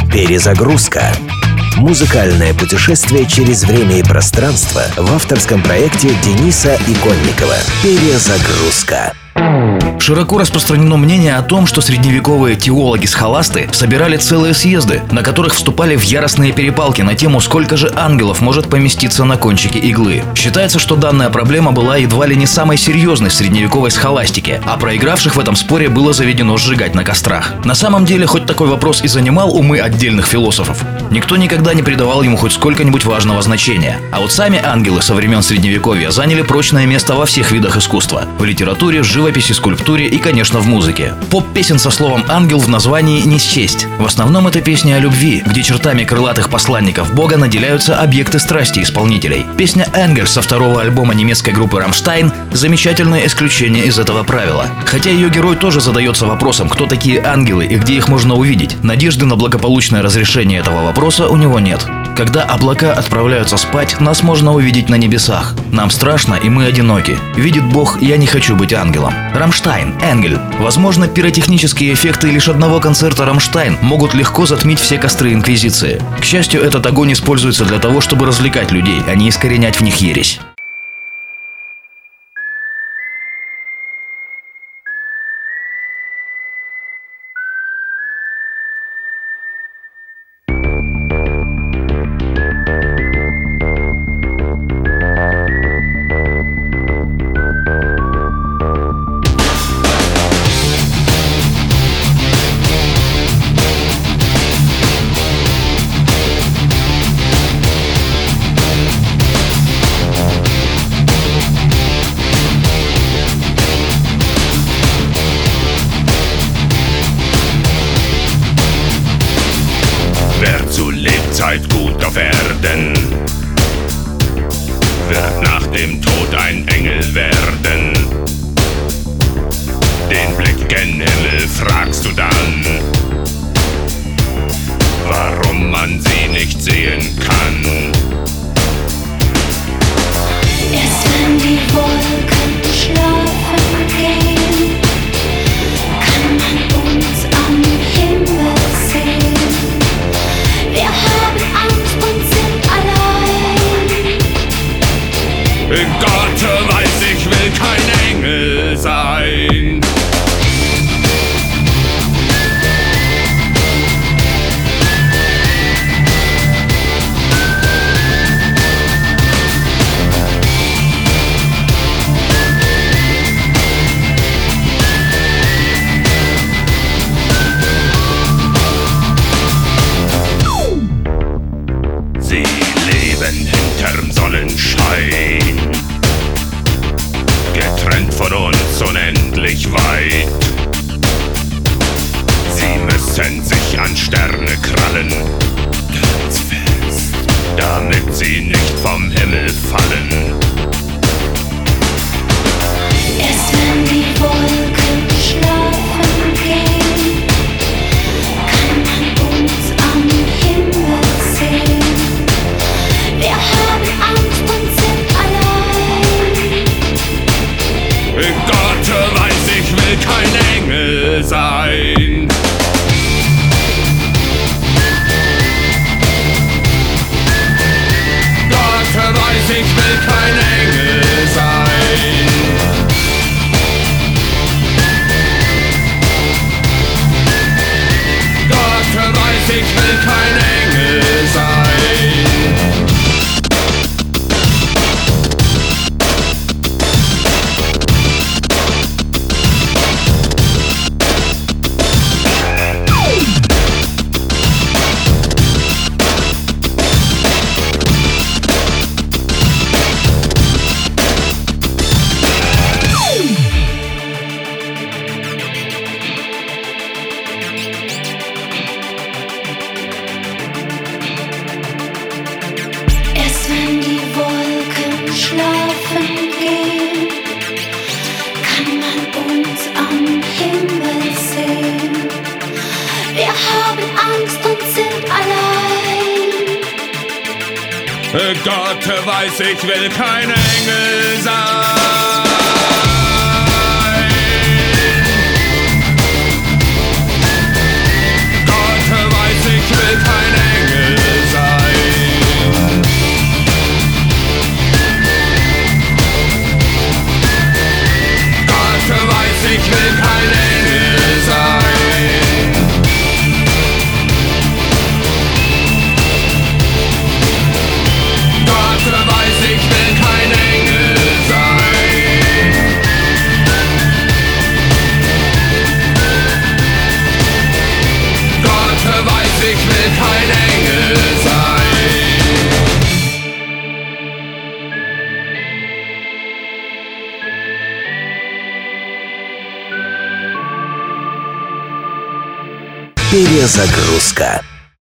Перезагрузка. Музыкальное путешествие через время и пространство в авторском проекте Дениса Иконникова. Перезагрузка. Широко распространено мнение о том, что средневековые теологи-схоласты собирали целые съезды, на которых вступали в яростные перепалки на тему, сколько же ангелов может поместиться на кончике иглы. Считается, что данная проблема была едва ли не самой серьезной в средневековой схоластике, а проигравших в этом споре было заведено сжигать на кострах. На самом деле, хоть такой вопрос и занимал умы отдельных философов, никто никогда не придавал ему хоть сколько-нибудь важного значения. А вот сами ангелы со времен Средневековья заняли прочное место во всех видах искусства – в литературе, живописи, скульптуре и, конечно, в музыке. Поп-песен со словом «ангел» в названии не счесть. В основном это песни о любви, где чертами крылатых посланников Бога наделяются объекты страсти исполнителей. Песня «Энгель» со второго альбома немецкой группы «Рамштайн» – замечательное исключение из этого правила. Хотя ее герой тоже задается вопросом, кто такие ангелы и где их можно увидеть. Надежды на благополучное разрешение этого вопроса у него нет. Когда облака отправляются спать, нас можно увидеть на небесах. Нам страшно, и мы одиноки. Видит Бог, я не хочу быть ангелом. Рамштайн, «Энгель». Возможно, пиротехнические эффекты лишь одного концерта «Рамштайн» могут легко затмить все костры Инквизиции. К счастью, этот огонь используется для того, чтобы развлекать людей, а не искоренять в них ересь. Lebzeit gut auf Erden, wird nach dem Tod ein Engel werden. Den Blick gen Himmel fragst du dann, warum man sie nicht sehen kann. Erst wenn die Wolken schlafen gehen, kann man uns am Himmel sehen. Wir haben Angst und sind allein. Gott weiß, ich will kein Engel sein. Sie leben hinterm Sonnenschein, getrennt von uns unendlich weit. Sie müssen sich an Sterne krallen, ganz fest, damit sie nicht vom Himmel fallen. Erst wenn die Wolken schlafen gehen, kann man uns am Himmel sehen. Wir haben Angst und sind allein. Gott weiß, ich will kein Engel sein. Gott weiß, ich will kein Engel sein. Gott weiß, ich will kein Engel sein. Wenn die Wolken schlafen gehen, kann man uns am Himmel sehen. Wir haben Angst und sind allein. Gott weiß, ich will kein Engel sein. Gott weiß, ich will kein Перезагрузка.